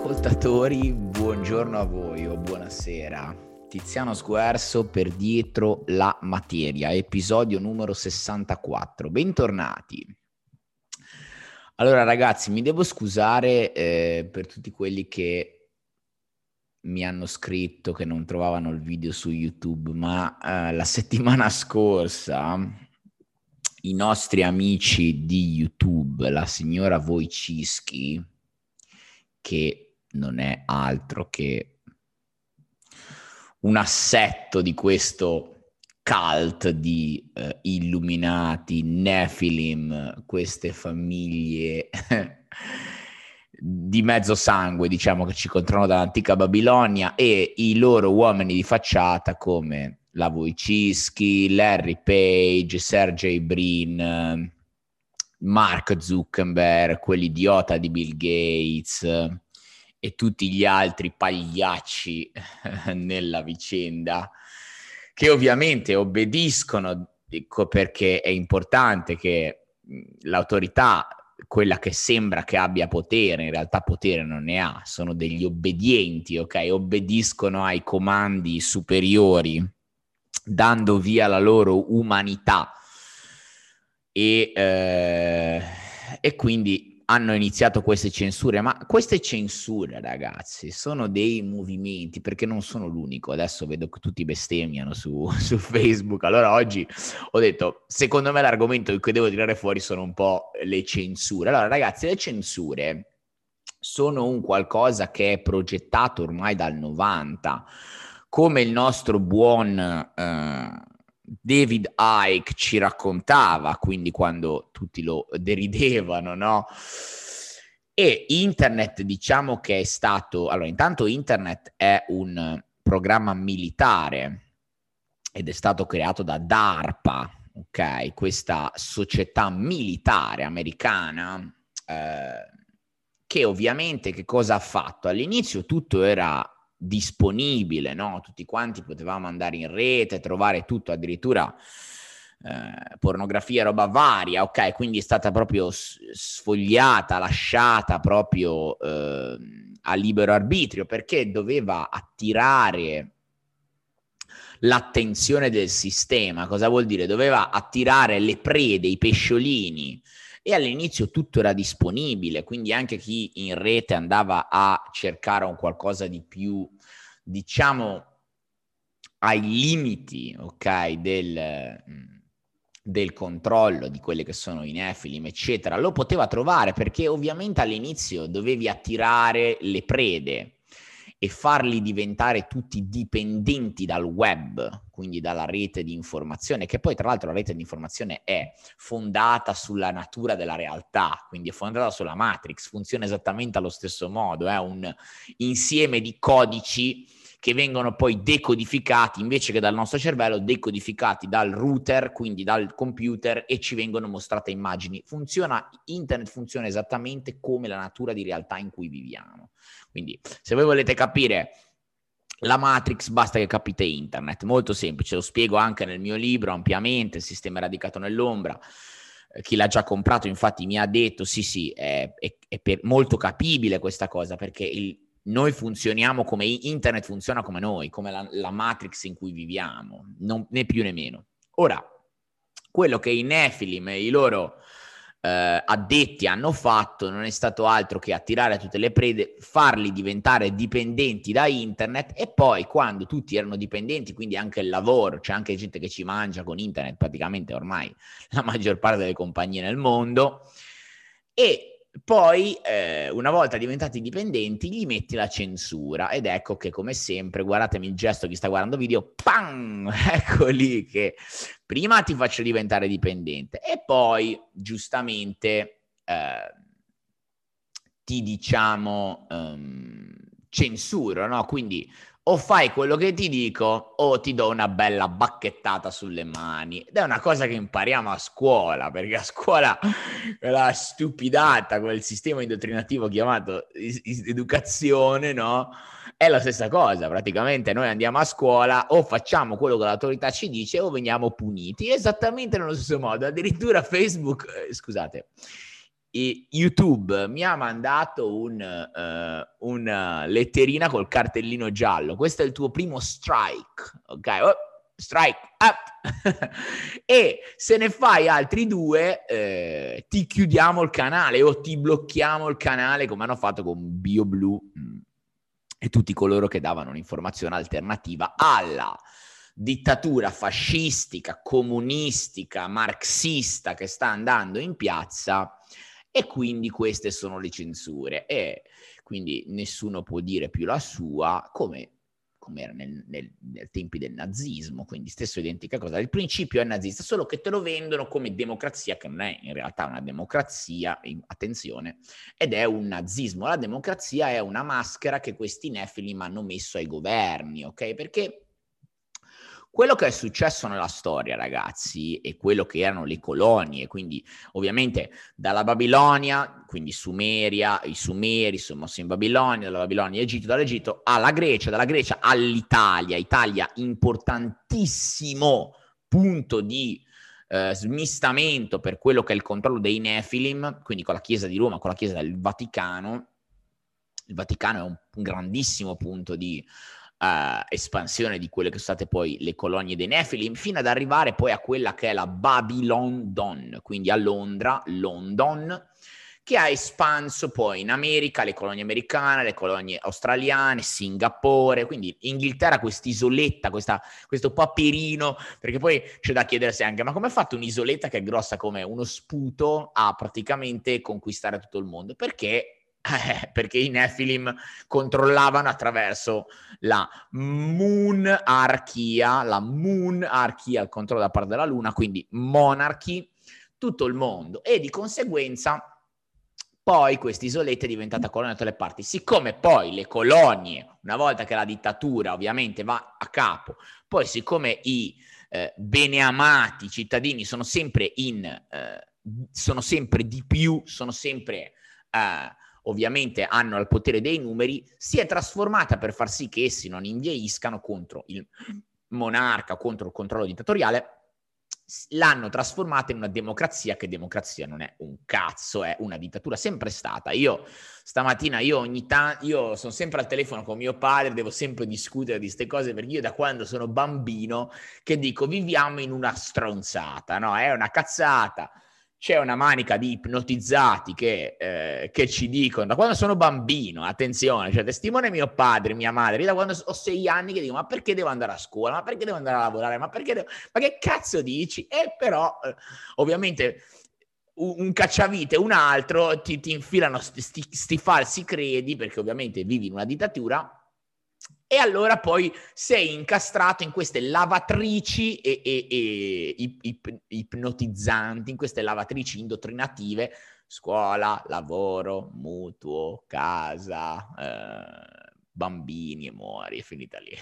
ascoltatori, buongiorno a voi o buonasera. Tiziano Sguerzo per Dietro la Materia, episodio numero 64. Bentornati. Allora ragazzi, mi devo scusare per tutti quelli che mi hanno scritto che non trovavano il video su YouTube, ma la settimana scorsa i nostri amici di YouTube, la signora Wojcicki, che non è altro che un assetto di questo cult di illuminati, Nephilim, queste famiglie di mezzo sangue, diciamo, che ci controllano dall'antica Babilonia, e i loro uomini di facciata come la Wojcicki, Larry Page, Sergey Brin, Mark Zuckerberg, quell'idiota di Bill Gates e tutti gli altri pagliacci nella vicenda, che ovviamente obbediscono, perché è importante che l'autorità, quella che sembra che abbia potere, in realtà potere non ne ha, sono degli obbedienti, ok? Obbediscono ai comandi superiori, dando via la loro umanità. E quindi hanno iniziato queste censure, ma queste censure, ragazzi, sono dei movimenti, perché non sono l'unico. Adesso vedo che tutti bestemmiano su Facebook. Allora oggi ho detto, secondo me l'argomento che devo tirare fuori sono un po' le censure. Allora ragazzi, le censure sono un qualcosa che è progettato ormai dal 90, come il nostro buon David Icke ci raccontava, quindi quando tutti lo deridevano, no? E internet, diciamo che è stato... Allora, intanto internet è un programma militare ed è stato creato da DARPA, ok? Questa società militare americana, che ovviamente che cosa ha fatto? All'inizio tutto era disponibile, no? Tutti quanti potevamo andare in rete, trovare tutto, addirittura pornografia, roba varia, ok? Quindi è stata proprio sfogliata, lasciata proprio a libero arbitrio, perché doveva attirare l'attenzione del sistema. Cosa vuol dire? Doveva attirare le prede, i pesciolini, e all'inizio tutto era disponibile, quindi anche chi in rete andava a cercare un qualcosa di più, diciamo, ai limiti, ok, del controllo di quelle che sono i Nephilim, eccetera, lo poteva trovare, perché ovviamente all'inizio dovevi attirare le prede e farli diventare tutti dipendenti dal web, quindi dalla rete di informazione, che poi tra l'altro la rete di informazione è fondata sulla natura della realtà, quindi è fondata sulla Matrix, funziona esattamente allo stesso modo, è un insieme di codici che vengono poi decodificati, invece che dal nostro cervello, decodificati dal router, quindi dal computer, e ci vengono mostrate immagini. Internet funziona esattamente come la natura di realtà in cui viviamo. Quindi se voi volete capire la Matrix, basta che capite internet, molto semplice, lo spiego anche nel mio libro ampiamente, Il sistema radicato nell'ombra. Chi l'ha già comprato infatti mi ha detto sì, è molto capibile questa cosa, perché noi funzioniamo come internet funziona come noi, come la Matrix in cui viviamo, né più né meno. Ora, quello che i Nephilim e i loro addetti hanno fatto non è stato altro che attirare tutte le prede, farli diventare dipendenti da internet, e poi quando tutti erano dipendenti, quindi anche il lavoro, c'è anche gente che ci mangia con internet, praticamente ormai la maggior parte delle compagnie nel mondo, e poi una volta diventati dipendenti gli metti la censura, ed ecco che, come sempre, guardatemi il gesto, chi sta guardando video, pam, ecco lì che prima ti faccio diventare dipendente e poi giustamente ti diciamo censuro, no? Quindi o fai quello che ti dico o ti do una bella bacchettata sulle mani. Ed è una cosa che impariamo a scuola, perché a scuola quella stupidata, quel sistema indottrinativo chiamato educazione, no? È la stessa cosa, praticamente noi andiamo a scuola, o facciamo quello che l'autorità ci dice o veniamo puniti, esattamente nello stesso modo. Addirittura Facebook, scusate, YouTube mi ha mandato una letterina col cartellino giallo. Questo è il tuo primo strike, ok? Oh, strike up. E se ne fai altri 2, ti chiudiamo il canale o ti blocchiamo il canale, come hanno fatto con BioBlue e tutti coloro che davano un'informazione alternativa alla dittatura fascistica, comunistica, marxista che sta andando in piazza. E quindi queste sono le censure, e quindi nessuno può dire più la sua, come era nel tempi del nazismo, quindi stesso identica cosa. Il principio è nazista, solo che te lo vendono come democrazia, che non è in realtà una democrazia, attenzione, ed è un nazismo. La democrazia è una maschera che questi Nefilim hanno messo ai governi, ok? Perché quello che è successo nella storia, ragazzi, e quello che erano le colonie, quindi ovviamente dalla Babilonia, quindi Sumeria, i Sumeri sono mossi in Babilonia, dalla Babilonia Egitto, dall'Egitto alla Grecia, dalla Grecia all'Italia. Italia, importantissimo punto di smistamento per quello che è il controllo dei Nefilim, quindi con la Chiesa di Roma, con la Chiesa del Vaticano. Il Vaticano è un grandissimo punto di espansione di quelle che sono state poi le colonie dei Nefilim, fino ad arrivare poi a quella che è la Babylon, quindi a Londra, London, che ha espanso poi in America, le colonie americane, le colonie australiane, Singapore, quindi Inghilterra, quest'isoletta, questo paperino, perché poi c'è da chiedersi anche, ma come ha fatto un'isoletta che è grossa come uno sputo a praticamente conquistare tutto il mondo? Perché i Nephilim controllavano attraverso la moonarchia, il controllo da parte della Luna, quindi monarchy, tutto il mondo, e di conseguenza poi questa isoletta è diventata colonia da tutte le parti. Siccome poi le colonie, una volta che la dittatura ovviamente va a capo, poi siccome i beneamati cittadini sono sempre sono sempre di più, sono sempre ovviamente hanno il potere dei numeri, si è trasformata per far sì che essi non invieiscano contro il monarca, contro il controllo dittatoriale, l'hanno trasformata in una democrazia, che democrazia non è un cazzo, è una dittatura sempre stata. Io stamattina, io sono sempre al telefono con mio padre, devo sempre discutere di queste cose, perché io da quando sono bambino che dico viviamo in una stronzata, no? È una cazzata. C'è una manica di ipnotizzati che ci dicono, da quando sono bambino, attenzione, cioè testimone mio padre, mia madre, io da quando ho 6 anni che dico, ma perché devo andare a scuola? Ma perché devo andare a lavorare? Ma che cazzo dici? E però, ovviamente, un cacciavite, un altro, ti infilano sti falsi credi, perché ovviamente vivi in una dittatura, e allora poi sei incastrato in queste lavatrici e ipnotizzanti, in queste lavatrici indottrinative, scuola, lavoro, mutuo, casa, bambini e muori, è finita lì.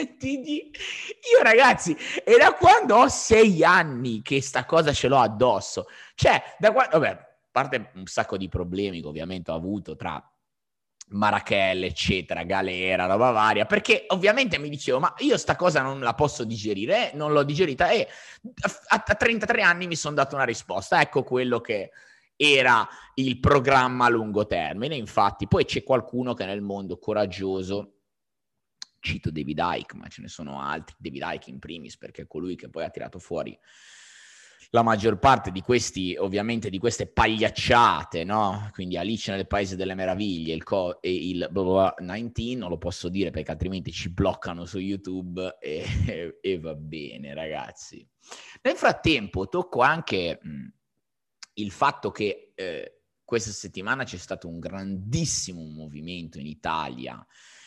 Io ragazzi, è da quando ho 6 anni che sta cosa ce l'ho addosso. Cioè, da quando, vabbè, a parte un sacco di problemi che ovviamente ho avuto tra Marachelle, eccetera, galera, roba varia, perché ovviamente mi dicevo, ma io sta cosa non la posso digerire, non l'ho digerita, e a 33 anni mi sono dato una risposta. Ecco quello che era il programma a lungo termine. Infatti poi c'è qualcuno che nel mondo coraggioso, cito David Icke, ma ce ne sono altri, David Icke in primis, perché è colui che poi ha tirato fuori la maggior parte di questi, ovviamente, di queste pagliacciate, no? Quindi Alice nel Paese delle Meraviglie e il 19, non lo posso dire perché altrimenti ci bloccano su YouTube e va bene, ragazzi. Nel frattempo tocco anche il fatto che questa settimana c'è stato un grandissimo movimento in Italia,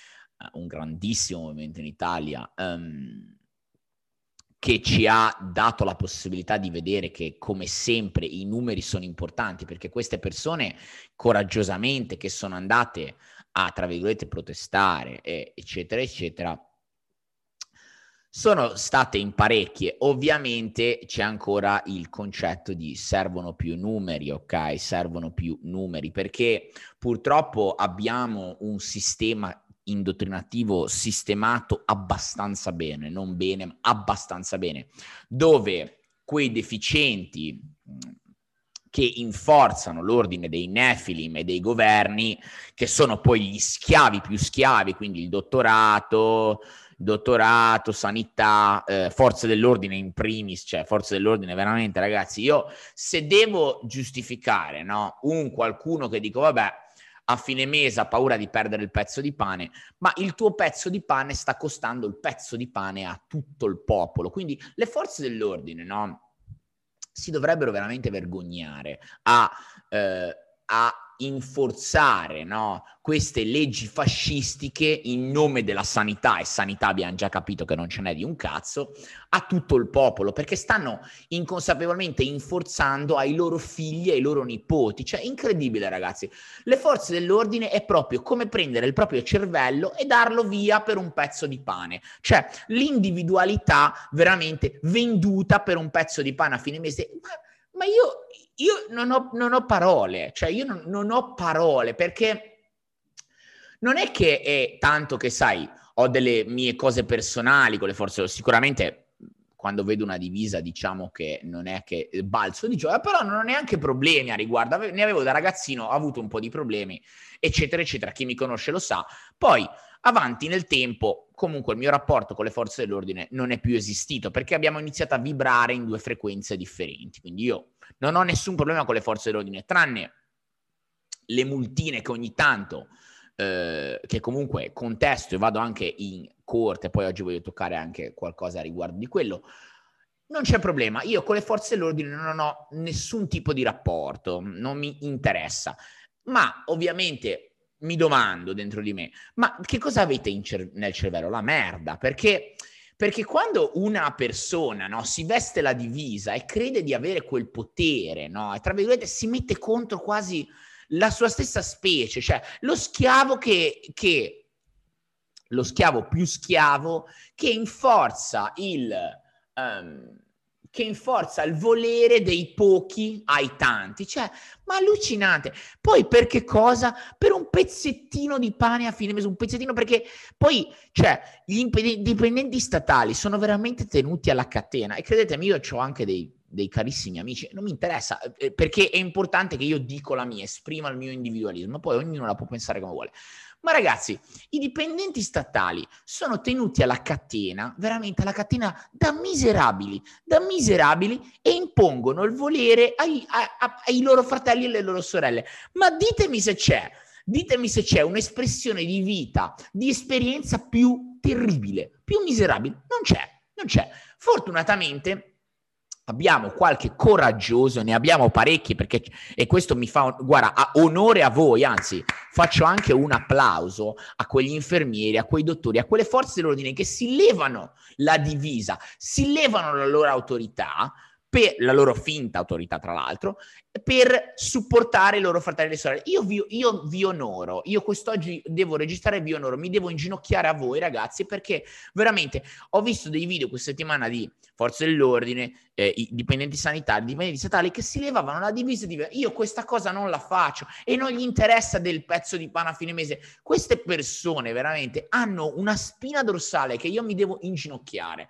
che ci ha dato la possibilità di vedere che, come sempre, i numeri sono importanti, perché queste persone coraggiosamente che sono andate a, tra virgolette, protestare, eccetera, eccetera, sono state in parecchie. Ovviamente c'è ancora il concetto di servono più numeri, ok? Servono più numeri, perché purtroppo abbiamo un sistema indottrinativo sistemato abbastanza bene, non bene, ma abbastanza bene, dove quei deficienti che inforzano l'ordine dei Nefilim e dei governi, che sono poi gli schiavi più schiavi, quindi il dottorato, sanità, forze dell'ordine in primis, cioè forze dell'ordine veramente, ragazzi, io se devo giustificare, no, qualcuno che dico, vabbè, a fine mese ha paura di perdere il pezzo di pane, ma il tuo pezzo di pane sta costando il pezzo di pane a tutto il popolo. Quindi le forze dell'ordine, no, si dovrebbero veramente vergognare a inforzare, no, queste leggi fascistiche in nome della sanità, e sanità abbiamo già capito che non ce n'è di un cazzo, a tutto il popolo, perché stanno inconsapevolmente inforzando ai loro figli e ai loro nipoti. Cioè, incredibile, ragazzi. Le forze dell'ordine è proprio come prendere il proprio cervello e darlo via per un pezzo di pane. Cioè, l'individualità veramente venduta per un pezzo di pane a fine mese. Ma io non ho parole, cioè io non ho parole, perché non è che è tanto che, sai, ho delle mie cose personali con le forze, sicuramente quando vedo una divisa diciamo che non è che balzo di gioia, però non ho neanche problemi a riguardo, ne avevo da ragazzino, ho avuto un po' di problemi, eccetera, eccetera, chi mi conosce lo sa. Poi, avanti nel tempo, comunque il mio rapporto con le forze dell'ordine non è più esistito, perché abbiamo iniziato a vibrare in due frequenze differenti, quindi io non ho nessun problema con le forze dell'ordine, tranne le multine che ogni tanto, che comunque contesto e vado anche in corte, poi oggi voglio toccare anche qualcosa a riguardo di quello. Non c'è problema, io con le forze dell'ordine non ho nessun tipo di rapporto, non mi interessa, ma ovviamente mi domando dentro di me, ma che cosa avete nel cervello? La merda, perché quando una persona, no, si veste la divisa e crede di avere quel potere, no, e tra virgolette si mette contro quasi la sua stessa specie, cioè lo schiavo lo schiavo più schiavo che inforza il volere dei pochi ai tanti, cioè, ma allucinante. Poi per che cosa? Per un pezzettino di pane a fine mese, un pezzettino, perché poi, cioè, gli dipendenti statali sono veramente tenuti alla catena, e credetemi, io ho anche dei carissimi amici, non mi interessa, perché è importante che io dico la mia, esprima il mio individualismo, poi ognuno la può pensare come vuole. Ma ragazzi, i dipendenti statali sono tenuti alla catena, veramente alla catena da miserabili, e impongono il volere ai loro fratelli e alle loro sorelle. Ma ditemi se c'è un'espressione di vita, di esperienza più terribile, più miserabile. Non c'è. Fortunatamente abbiamo qualche coraggioso, ne abbiamo parecchi, perché, e questo mi fa, guarda, onore a voi, anzi faccio anche un applauso a quegli infermieri, a quei dottori, a quelle forze dell'ordine che si levano la divisa, si levano la loro autorità, per la loro finta autorità tra l'altro, per supportare i loro fratelli e sorelle. Io vi onoro, io quest'oggi devo registrare, vi onoro, mi devo inginocchiare a voi, ragazzi, perché veramente ho visto dei video questa settimana di forze dell'ordine, i dipendenti sanitari, i dipendenti statali che si levavano la divisa di io questa cosa non la faccio, e non gli interessa del pezzo di pane a fine mese. Queste persone veramente hanno una spina dorsale che io mi devo inginocchiare,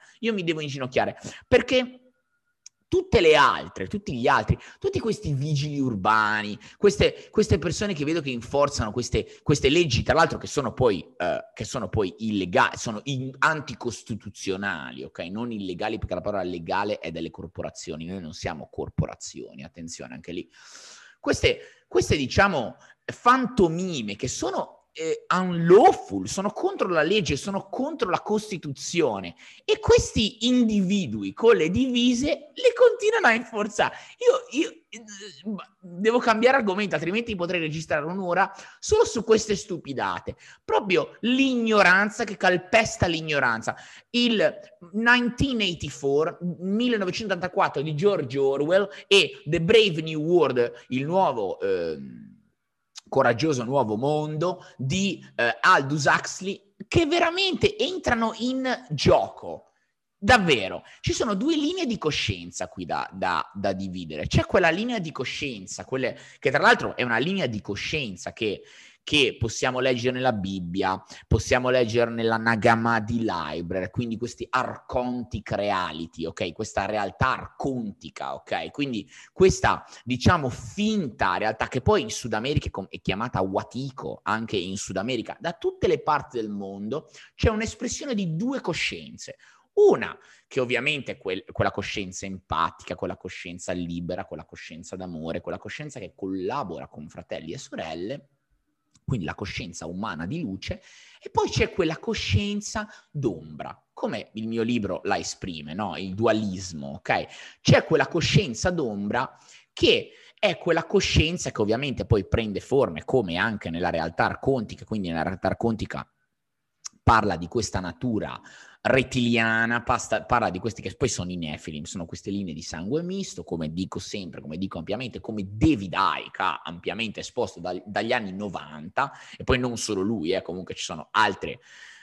perché tutti gli altri, tutti questi vigili urbani, queste persone che vedo che inforzano queste leggi, tra l'altro che sono poi illegali, sono anticostituzionali, ok? Non illegali, perché la parola legale è delle corporazioni, noi non siamo corporazioni, attenzione anche lì. Queste diciamo fantomime che sono unlawful, sono contro la legge, sono contro la Costituzione, e questi individui con le divise le continuano a inforzare. Io devo cambiare argomento, altrimenti potrei registrare un'ora solo su queste stupidate. Proprio l'ignoranza che calpesta l'ignoranza. Il 1984 di George Orwell e The Brave New World, il nuovo coraggioso nuovo mondo di Aldous Huxley, che veramente entrano in gioco. Davvero, ci sono due linee di coscienza qui da dividere. C'è quella linea di coscienza, che tra l'altro è una linea di coscienza che che possiamo leggere nella Bibbia, possiamo leggere nella Nag Hammadi Library, quindi questi archontic reality, ok? Questa realtà arcontica, ok? Quindi questa, diciamo, finta realtà che poi in Sud America è chiamata Watico, anche in Sud America, da tutte le parti del mondo c'è un'espressione di due coscienze. Una che ovviamente è quella coscienza empatica, quella coscienza libera, quella coscienza d'amore, quella coscienza che collabora con fratelli e sorelle, quindi la coscienza umana di luce, e poi c'è quella coscienza d'ombra, come il mio libro la esprime, no? Il dualismo, ok? C'è quella coscienza d'ombra che è quella coscienza che ovviamente poi prende forme, come anche nella realtà arcontica, quindi nella realtà arcontica parla di questa natura rettiliana, parla di questi che poi sono i Nephilim, sono queste linee di sangue misto, come dico sempre, come dico ampiamente, come David Icke ha ampiamente esposto dagli anni 90, e poi non solo lui, comunque ci sono altre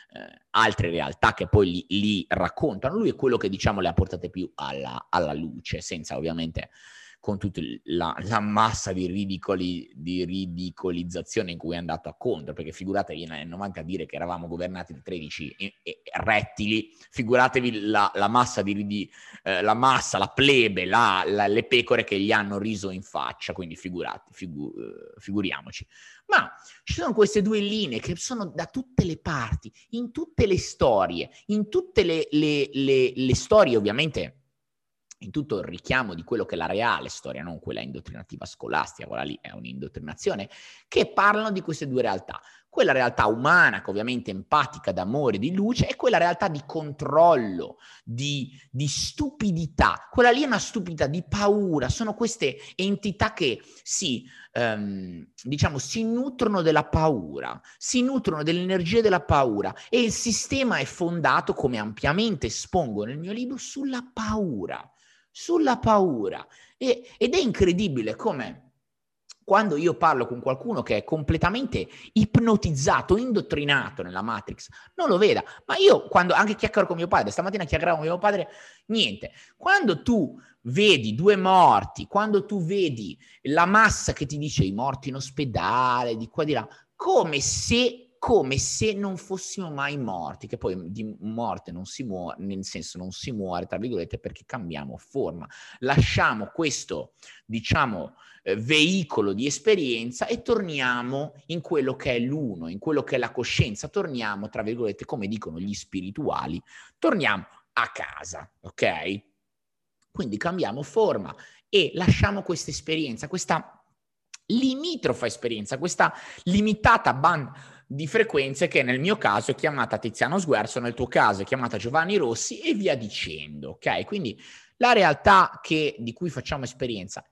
realtà che poi li raccontano. Lui è quello che, diciamo, le ha portate più alla luce, senza ovviamente con tutta la massa di ridicolizzazione in cui è andato a contro, perché figuratevi nel 90 a dire che eravamo governati da 13 rettili, figuratevi la massa la massa, la plebe, le pecore che gli hanno riso in faccia, quindi figuriamoci. Ma ci sono queste due linee che sono da tutte le parti, in tutte le storie, in tutte le storie ovviamente, in tutto il richiamo di quello che è la reale storia, non quella indottrinativa scolastica, quella lì è un'indottrinazione, che parlano di queste due realtà. Quella realtà umana, che ovviamente è empatica, d'amore, di luce, e quella realtà di controllo, di stupidità. Quella lì è una stupidità, di paura. Sono queste entità che diciamo, si nutrono della paura, si nutrono dell'energia della paura, e il sistema è fondato, come ampiamente espongo nel mio libro, sulla paura. Ed è incredibile come quando io parlo con qualcuno che è completamente ipnotizzato, indottrinato nella Matrix, non lo veda. Ma io, quando anche chiacchiero con mio padre, stamattina chiacchieravo con mio padre, niente. Quando tu vedi due morti, quando tu vedi la massa che ti dice i morti in ospedale, di qua di là, come se non fossimo mai morti, che poi di morte non si muore, nel senso non si muore, tra virgolette, perché cambiamo forma, lasciamo questo, diciamo, veicolo di esperienza e torniamo in quello che è l'uno, in quello che è la coscienza, torniamo, tra virgolette, come dicono gli spirituali, torniamo a casa, ok? Quindi cambiamo forma e lasciamo questa esperienza, questa limitrofa esperienza, questa limitata banda di frequenze che nel mio caso è chiamata Tiziano Sguerzo, nel tuo caso è chiamata Giovanni Rossi, e via dicendo, ok? Quindi la realtà di cui facciamo esperienza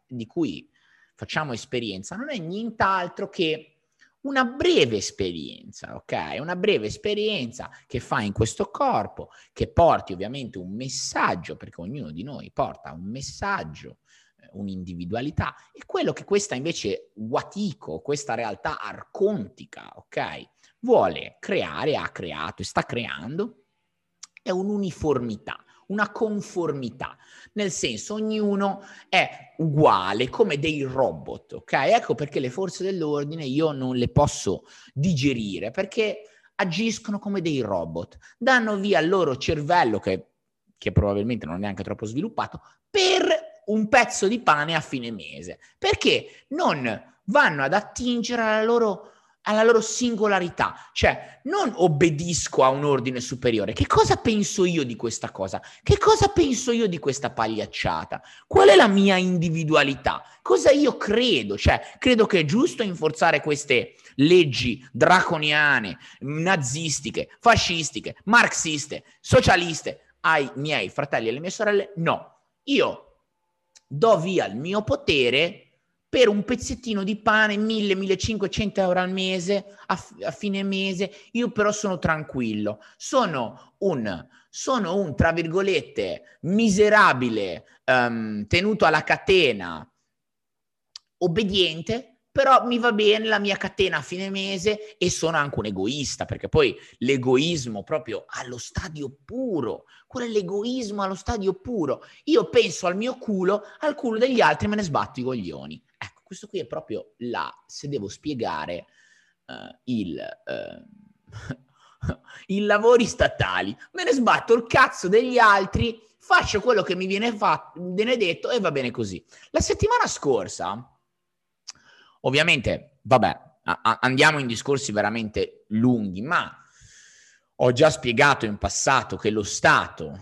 non è nient'altro che una breve esperienza, ok? Una breve esperienza che fai in questo corpo, che porti ovviamente un messaggio, perché ognuno di noi porta un messaggio, un'individualità, e quello che questa invece Watico, questa realtà arcontica, ok, vuole creare, ha creato e sta creando, è un'uniformità, una conformità, nel senso ognuno è uguale come dei robot, ok? Ecco perché le forze dell'ordine io non le posso digerire, perché agiscono come dei robot, danno via il loro cervello che probabilmente non è neanche troppo sviluppato, per un pezzo di pane a fine mese, perché non vanno ad attingere alla loro singolarità, cioè non obbedisco a un ordine superiore. Che cosa penso io di questa cosa? Che cosa penso io di questa pagliacciata? Qual è la mia individualità? Cosa io credo? Cioè, credo che è giusto rinforzare queste leggi draconiane, nazistiche, fascistiche, marxiste, socialiste ai miei fratelli e alle mie sorelle? No. Io do via il mio potere per un pezzettino di pane, 1.000-1.500 euro al mese, a fine mese. Io però sono tranquillo, sono un tra virgolette miserabile, tenuto alla catena, obbediente, però mi va bene la mia catena a fine mese, e sono anche un egoista, perché poi l'egoismo proprio allo stadio puro, quello è l'egoismo allo stadio puro. Io penso al mio culo, al culo degli altri me ne sbatto i coglioni. Ecco, questo qui è proprio se devo spiegare i lavori statali, me ne sbatto il cazzo degli altri, faccio quello che mi viene detto e va bene così. La settimana scorsa, ovviamente, vabbè, andiamo in discorsi veramente lunghi, ma ho già spiegato in passato che lo Stato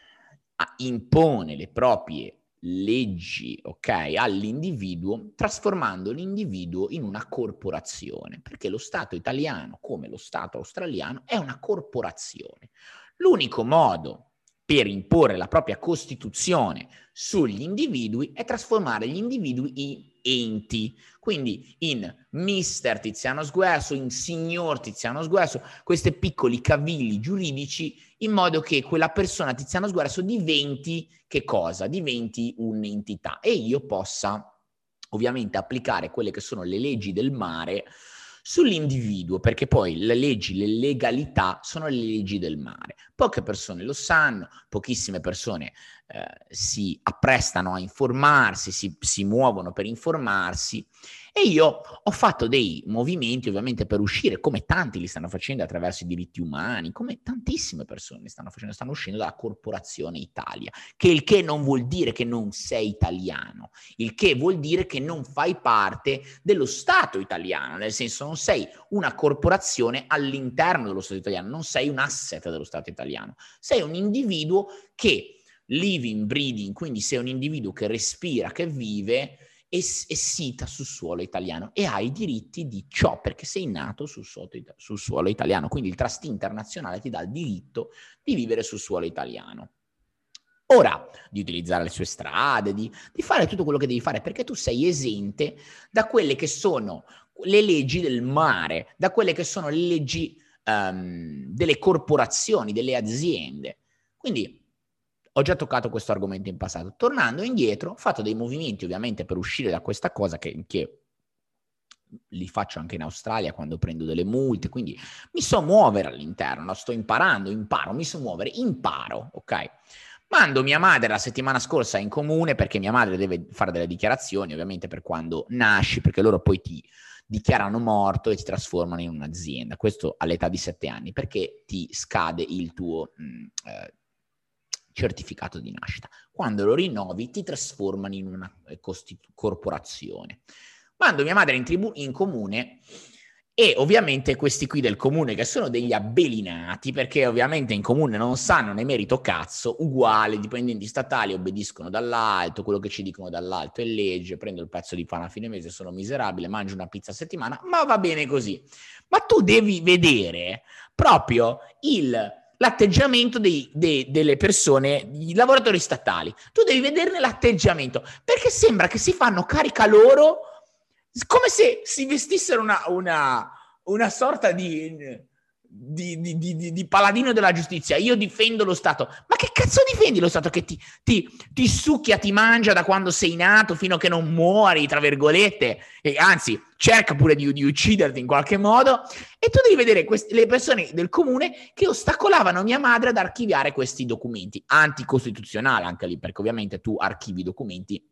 impone le proprie leggi, ok, all'individuo, trasformando l'individuo in una corporazione, perché lo Stato italiano, come lo Stato australiano, è una corporazione. L'unico modo per imporre la propria Costituzione sugli individui è trasformare gli individui in enti, quindi in mister Tiziano Sguerso, in signor Tiziano Sguerso, questi piccoli cavilli giuridici, in modo che quella persona Tiziano Sguerso diventi che cosa? Diventi un'entità e io possa ovviamente applicare quelle che sono le leggi del mare sull'individuo, perché poi le leggi, le legalità sono le leggi del mare. Poche persone lo sanno, pochissime persone si apprestano a informarsi, si muovono per informarsi e io ho fatto dei movimenti ovviamente per uscire, come tanti li stanno facendo attraverso i diritti umani, come tantissime persone li stanno facendo, stanno uscendo dalla corporazione Italia, che il che non vuol dire che non sei italiano, il che vuol dire che non fai parte dello Stato italiano, nel senso non sei una corporazione all'interno dello Stato italiano, non sei un asset dello Stato italiano, sei un individuo che living, breathing, quindi sei un individuo che respira, che vive e sita sul suolo italiano e hai i diritti di ciò perché sei nato sul suolo italiano, quindi il trust internazionale ti dà il diritto di vivere sul suolo italiano. Ora, di utilizzare le sue strade, di fare tutto quello che devi fare, perché tu sei esente da quelle che sono le leggi del mare, da quelle che sono le leggi delle corporazioni, delle aziende. Quindi ho già toccato questo argomento in passato. Tornando indietro, ho fatto dei movimenti ovviamente per uscire da questa cosa che li faccio anche in Australia quando prendo delle multe, quindi mi so muovere all'interno, no? Sto imparando, mi so muovere, imparo, ok? Mando mia madre la settimana scorsa in comune perché mia madre deve fare delle dichiarazioni, ovviamente per quando nasci, perché loro poi ti dichiarano morto e ti trasformano in un'azienda. Questo all'età di 7 anni, perché ti scade il tuo certificato di nascita. Quando lo rinnovi ti trasformano in una corporazione. Mando mia madre in comune e ovviamente questi qui del comune che sono degli abbelinati, perché ovviamente in comune non sanno né merito cazzo, uguale, dipendenti statali obbediscono dall'alto, quello che ci dicono dall'alto è legge, prendo il pezzo di pane a fine mese, sono miserabile, mangio una pizza a settimana, ma va bene così. Ma tu devi vedere proprio l'atteggiamento delle persone, i lavoratori statali. Tu devi vederne l'atteggiamento, perché sembra che si fanno carica loro come se si vestissero una sorta di paladino della giustizia. Io difendo lo Stato. Ma che cazzo difendi lo Stato che ti succhia, ti mangia da quando sei nato fino a che non muori, tra virgolette, e anzi cerca pure di ucciderti in qualche modo, e tu devi vedere le persone del comune che ostacolavano mia madre ad archiviare questi documenti, anticostituzionale anche lì, perché ovviamente tu archivi documenti,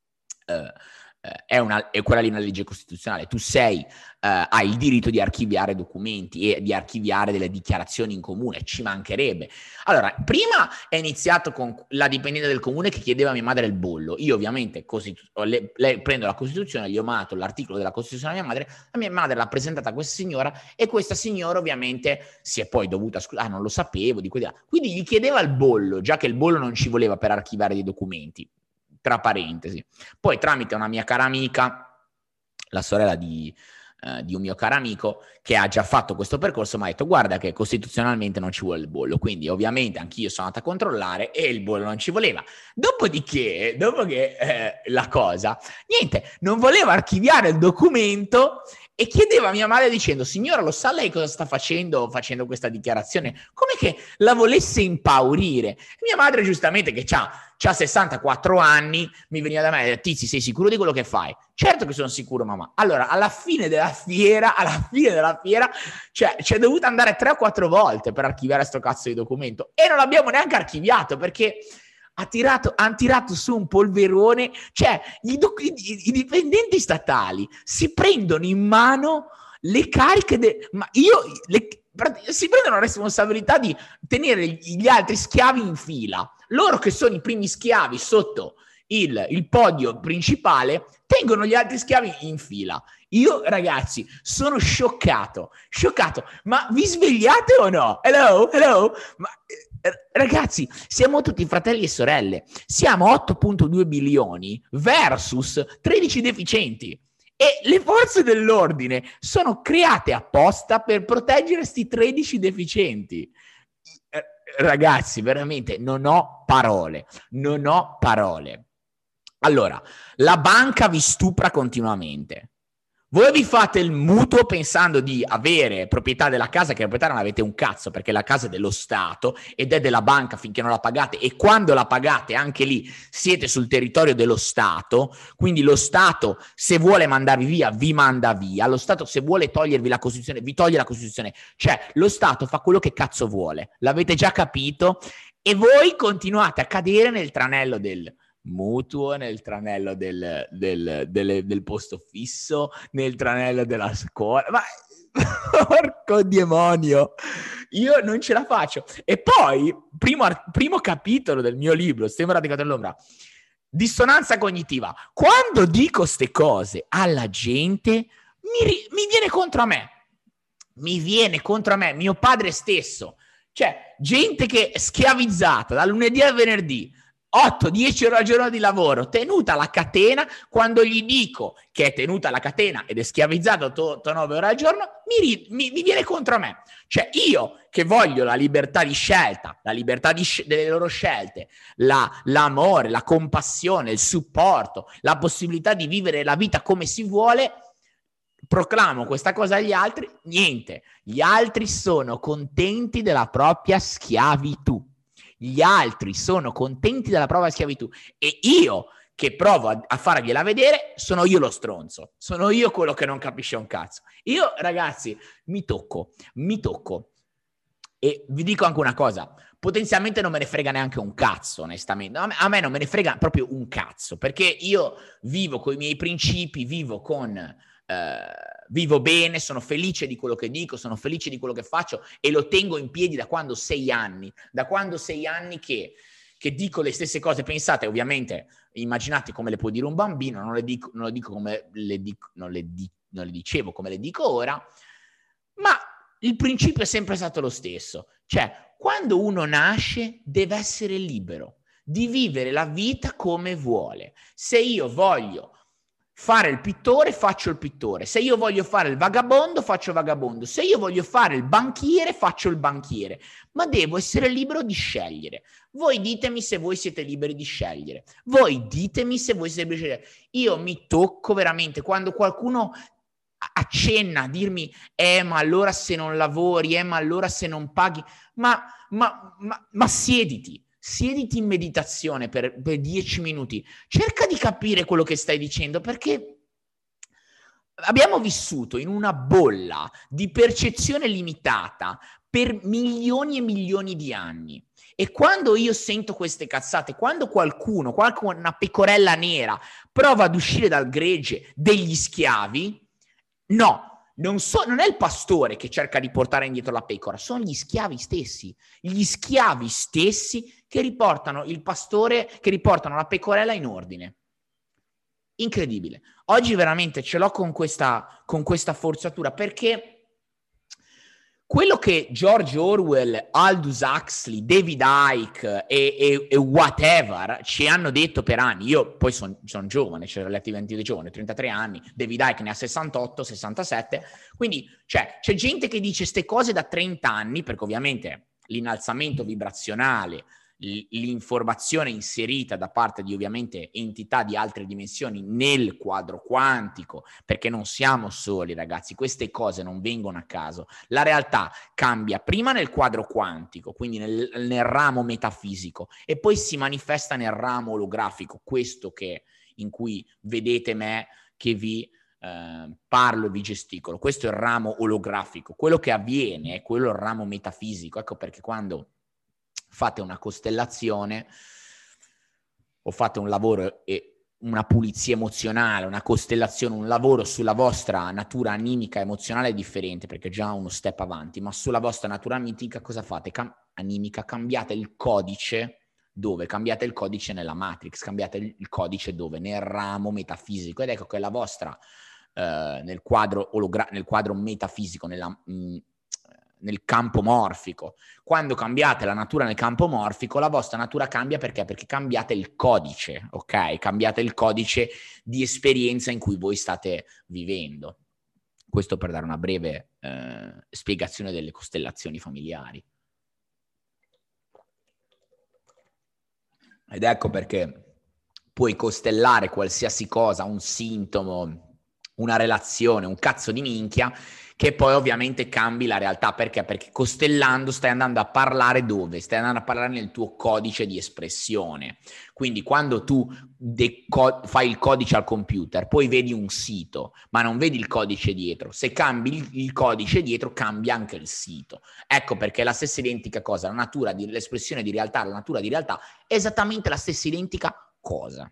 è quella lì una legge costituzionale, tu hai il diritto di archiviare documenti e di archiviare delle dichiarazioni in comune, ci mancherebbe. Allora, prima è iniziato con la dipendente del comune che chiedeva a mia madre il bollo. Io ovviamente prendo la Costituzione, gli ho mandato l'articolo della Costituzione a mia madre l'ha presentata a questa signora e questa signora ovviamente si è poi dovuta scusare, non lo sapevo, di qua. Quindi gli chiedeva il bollo, già che il bollo non ci voleva per archiviare dei documenti. Tra parentesi. Poi tramite una mia cara amica, la sorella di un mio caro amico che ha già fatto questo percorso, mi ha detto guarda che costituzionalmente non ci vuole il bollo, quindi ovviamente anch'io sono andato a controllare e il bollo non ci voleva. Dopo che la cosa, niente, non voleva archiviare il documento e chiedeva a mia madre dicendo signora lo sa lei cosa sta facendo questa dichiarazione, come che la volesse impaurire. E mia madre giustamente che c'ha 64 anni mi veniva da me e diceva Tizi sei sicuro di quello che fai? Certo che sono sicuro mamma. Allora alla fine della fiera c'è dovuta andare 3 o 4 volte per archiviare sto cazzo di documento e non l'abbiamo neanche archiviato perché hanno tirato su un polverone, cioè i dipendenti statali si prendono in mano le cariche, si prendono la responsabilità di tenere gli altri schiavi in fila. Loro che sono i primi schiavi sotto il podio principale tengono gli altri schiavi in fila. Io, ragazzi, sono scioccato. Ma vi svegliate o no? Hello? Ma, ragazzi, siamo tutti fratelli e sorelle. Siamo 8,2 bilioni versus 13 deficienti. E le forze dell'ordine sono create apposta per proteggere sti 13 deficienti. Ragazzi, veramente, non ho parole. Allora, la banca vi stupra continuamente. Voi vi fate il mutuo pensando di avere proprietà della casa, che la proprietà non avete un cazzo, perché la casa è dello Stato ed è della banca finché non la pagate, e quando la pagate anche lì siete sul territorio dello Stato, quindi lo Stato se vuole mandarvi via vi manda via, lo Stato se vuole togliervi la Costituzione vi toglie la Costituzione, cioè lo Stato fa quello che cazzo vuole, l'avete già capito? E voi continuate a cadere nel tranello del mutuo, nel tranello del posto fisso, nel tranello della scuola. Ma porco demonio, io non ce la faccio. E poi, primo capitolo del mio libro, Sistema radicato dell'ombra, dissonanza cognitiva. Quando dico ste cose alla gente, mi viene contro a me. Mio padre stesso. Cioè, gente che è schiavizzata dal lunedì al venerdì, 8-10 ore al giorno di lavoro, tenuta alla catena. Quando gli dico che è tenuta alla catena ed è schiavizzato 9 ore al giorno, mi viene contro me. Cioè, io che voglio la libertà di scelta, la libertà delle loro scelte, l'amore, la compassione, il supporto, la possibilità di vivere la vita come si vuole, proclamo questa cosa agli altri, niente. Gli altri sono contenti della propria schiavitù. Gli altri sono contenti della propria schiavitù, e io che provo a fargliela vedere sono io lo stronzo, sono io quello che non capisce un cazzo. Io, ragazzi, mi tocco, e vi dico anche una cosa: potenzialmente non me ne frega neanche un cazzo, onestamente. A me non me ne frega proprio un cazzo, perché io vivo con i miei principi, vivo bene, sono felice di quello che dico, sono felice di quello che faccio, e lo tengo in piedi da quando 6 anni. Che dico le stesse cose. Pensate, ovviamente, immaginate come le può dire un bambino, non le dico come non le dicevo come le dico ora, ma il principio è sempre stato lo stesso. Cioè, quando uno nasce deve essere libero di vivere la vita come vuole. Se io voglio fare il pittore, faccio il pittore. Se io voglio fare il vagabondo, faccio il vagabondo. Se io voglio fare il banchiere, faccio il banchiere. Ma devo essere libero di scegliere. Voi ditemi se voi siete liberi di scegliere. Io mi tocco veramente quando qualcuno accenna a dirmi ma allora se non lavori, ma allora se non paghi. Ma siediti in meditazione per 10 minuti, cerca di capire quello che stai dicendo, perché abbiamo vissuto in una bolla di percezione limitata per milioni e milioni di anni. E quando io sento queste cazzate, quando una pecorella nera prova ad uscire dal gregge degli schiavi, no, non è il pastore che cerca di portare indietro la pecora, sono gli schiavi stessi che riportano la pecorella in ordine. Incredibile. Oggi veramente ce l'ho con questa forzatura, perché quello che George Orwell, Aldous Huxley, David Icke e whatever ci hanno detto per anni. Io poi sono giovane, cioè relativamente giovane, 33 anni, David Icke ne ha 68, 67, quindi c'è gente che dice ste cose da 30 anni, perché ovviamente l'innalzamento vibrazionale, l'informazione inserita da parte di ovviamente entità di altre dimensioni nel quadro quantico, perché non siamo soli, ragazzi, queste cose non vengono a caso. La realtà cambia prima nel quadro quantico, quindi nel ramo metafisico, e poi si manifesta nel ramo olografico, questo in cui vedete me che vi parlo e vi gesticolo. Questo è il ramo olografico. Quello che avviene è quello, il ramo metafisico. Ecco perché quando fate una costellazione o fate un lavoro e una pulizia emozionale, una costellazione, un lavoro sulla vostra natura animica emozionale è differente, perché è già uno step avanti, ma sulla vostra natura animica cosa fate? Animica, cambiate il codice. Dove? Cambiate il codice nella Matrix, cambiate il codice dove? Nel ramo metafisico. Ed ecco che la vostra, nel quadro nel quadro metafisico, nel campo morfico, quando cambiate la natura nel campo morfico, la vostra natura cambia perché? Perché cambiate il codice, ok? Cambiate il codice di esperienza in cui voi state vivendo. Questo per dare una breve spiegazione delle costellazioni familiari. Ed ecco perché puoi costellare qualsiasi cosa, un sintomo, una relazione, un cazzo di minchia, che poi ovviamente cambi la realtà. Perché? Perché costellando stai andando a parlare dove? Stai andando a parlare nel tuo codice di espressione. Quindi quando tu fai il codice al computer, poi vedi un sito, ma non vedi il codice dietro. Se cambi il codice dietro, cambia anche il sito. Ecco perché è la stessa identica cosa, l'espressione di realtà, la natura di realtà, è esattamente la stessa identica cosa.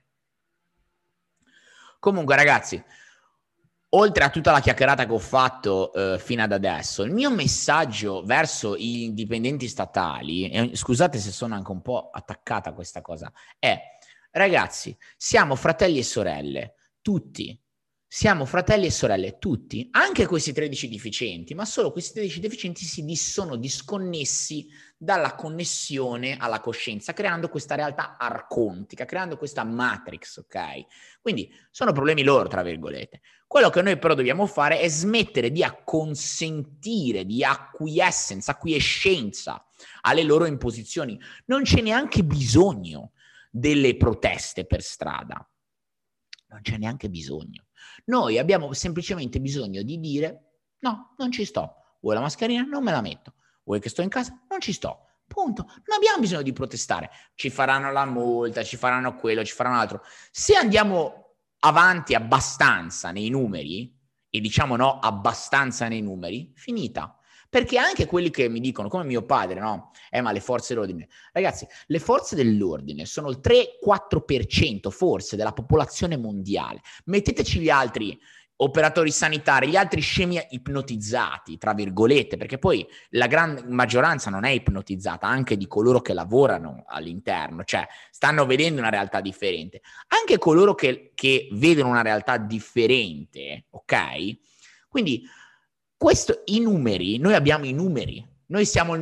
Comunque ragazzi, oltre a tutta la chiacchierata che ho fatto fino ad adesso, il mio messaggio verso i dipendenti statali, e scusate se sono anche un po' attaccata a questa cosa, è: ragazzi, siamo fratelli e sorelle, tutti. Siamo fratelli e sorelle, tutti, anche questi 13 deficienti, ma solo questi 13 deficienti sono disconnessi dalla connessione alla coscienza, creando questa realtà arcontica, creando questa matrix, ok? Quindi sono problemi loro, tra virgolette. Quello che noi però dobbiamo fare è smettere di acconsentire, di acquiescenza alle loro imposizioni. Non c'è neanche bisogno delle proteste per strada. Non c'è neanche bisogno. Noi abbiamo semplicemente bisogno di dire: no, non ci sto. Vuoi la mascherina? Non me la metto. Vuoi che sto in casa? Non ci sto. Punto. Non abbiamo bisogno di protestare. Ci faranno la multa, ci faranno quello, ci faranno altro. Se andiamo avanti abbastanza nei numeri, e diciamo no abbastanza nei numeri, finita. Perché anche quelli che mi dicono, come mio padre, no? Ma le forze dell'ordine. Ragazzi, le forze dell'ordine sono il 3-4% forse della popolazione mondiale. Metteteci gli altri operatori sanitari, gli altri scemi ipnotizzati, tra virgolette, perché poi la gran maggioranza non è ipnotizzata, anche di coloro che lavorano all'interno, cioè stanno vedendo una realtà differente. Anche coloro che vedono una realtà differente, ok? Quindi i numeri, noi abbiamo i numeri. Noi siamo il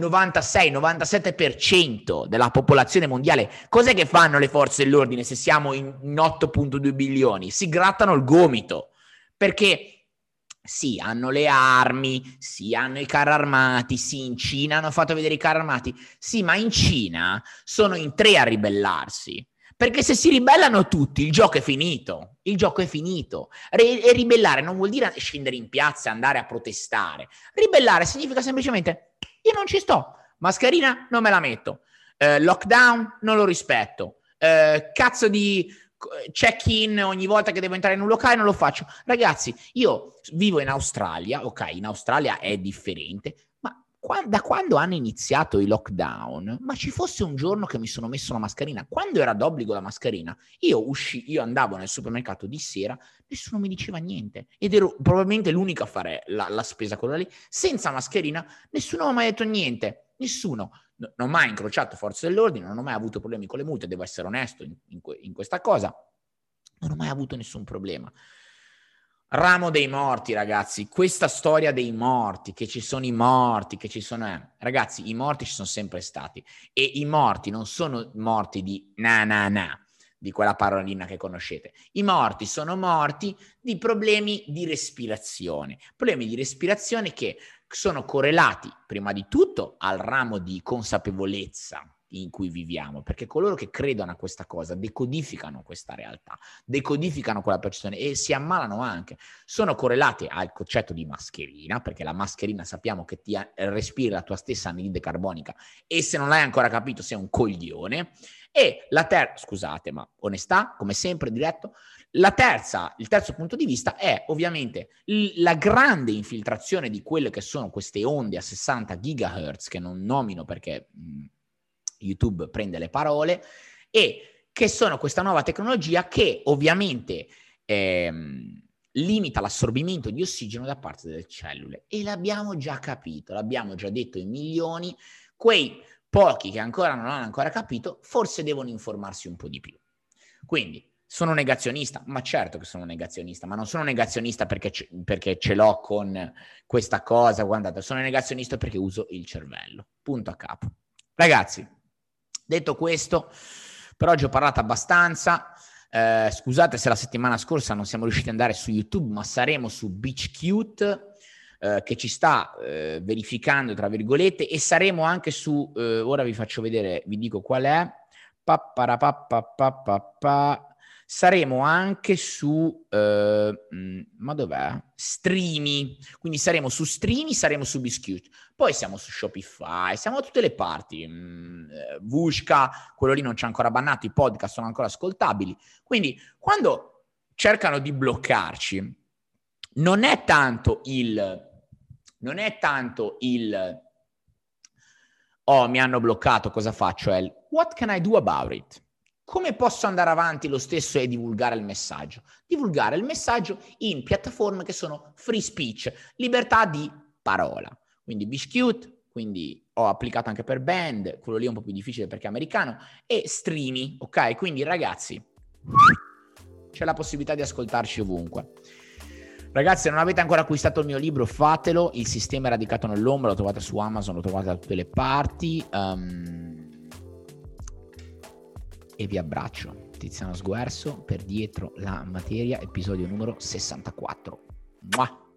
96-97% della popolazione mondiale. Cos'è che fanno le forze dell'ordine se siamo in 8,2 bilioni? Si grattano il gomito, perché sì, hanno le armi, sì, hanno i carri armati, sì, in Cina hanno fatto vedere i carri armati, sì, ma in Cina sono in 3 a ribellarsi. Perché se si ribellano tutti, il gioco è finito. Il gioco è finito. E ribellare non vuol dire scendere in piazza e andare a protestare. Ribellare significa semplicemente: io non ci sto. Mascherina non me la metto. Lockdown non lo rispetto. Cazzo di check-in ogni volta che devo entrare in un locale non lo faccio. Ragazzi, io vivo in Australia, ok, in Australia è differente, ma da quando hanno iniziato i lockdown, ma ci fosse un giorno che mi sono messo la mascherina, quando era d'obbligo la mascherina, io andavo nel supermercato di sera, nessuno mi diceva niente, ed ero probabilmente l'unico a fare la spesa quella lì, senza mascherina, nessuno mi ha mai detto niente, nessuno. Non ho mai incrociato forze dell'ordine, non ho mai avuto problemi con le multe, devo essere onesto in questa cosa, non ho mai avuto nessun problema. Ramo dei morti, ragazzi, questa storia dei morti, che ci sono i morti, che ci sono... Ragazzi, i morti ci sono sempre stati, e i morti non sono morti di di quella parolina che conoscete. I morti sono morti di problemi di respirazione che sono correlati prima di tutto al ramo di consapevolezza in cui viviamo, perché coloro che credono a questa cosa decodificano questa realtà, decodificano quella percezione e si ammalano anche. Sono correlati al concetto di mascherina, perché la mascherina sappiamo che ti respiri la tua stessa anidride carbonica, e se non l'hai ancora capito sei un coglione. E scusate, ma onestà, come sempre, diretto. Il terzo punto di vista è ovviamente la grande infiltrazione di quelle che sono queste onde a 60 GHz, che non nomino perché YouTube prende le parole, e che sono questa nuova tecnologia che ovviamente limita l'assorbimento di ossigeno da parte delle cellule. E l'abbiamo già capito, l'abbiamo già detto in milioni. Quei pochi che ancora non hanno ancora capito, forse devono informarsi un po' di più. Quindi, sono negazionista? Ma certo che sono negazionista, ma non sono negazionista perché ce l'ho con questa cosa, guardate, sono negazionista perché uso il cervello. Punto a capo. Ragazzi, detto questo, per oggi ho parlato abbastanza. Scusate se la settimana scorsa non siamo riusciti ad andare su YouTube, ma saremo su Beach Cute, che ci sta verificando, tra virgolette, e saremo anche su, ora vi faccio vedere, vi dico qual è, saremo anche su, ma dov'è? Streamy, quindi saremo su Streamy, saremo su Biscuit, poi siamo su Shopify, siamo da tutte le parti, Vushka, quello lì non c'è ancora bannato, i podcast sono ancora ascoltabili, quindi quando cercano di bloccarci, non è tanto il oh, mi hanno bloccato, cosa faccio? È il what can I do about it? Come posso andare avanti lo stesso e divulgare il messaggio? Divulgare il messaggio in piattaforme che sono free speech, libertà di parola. Quindi Biscuit, quindi ho applicato anche per Band, quello lì è un po' più difficile perché è americano, e Streamy, ok? Quindi ragazzi, c'è la possibilità di ascoltarci ovunque. Ragazzi, se non avete ancora acquistato il mio libro, fatelo. Il sistema è radicato nell'ombra, lo trovate su Amazon, lo trovate da tutte le parti. E vi abbraccio. Tiziano Sguerso, per Dietro la Materia, episodio numero 64. Mua!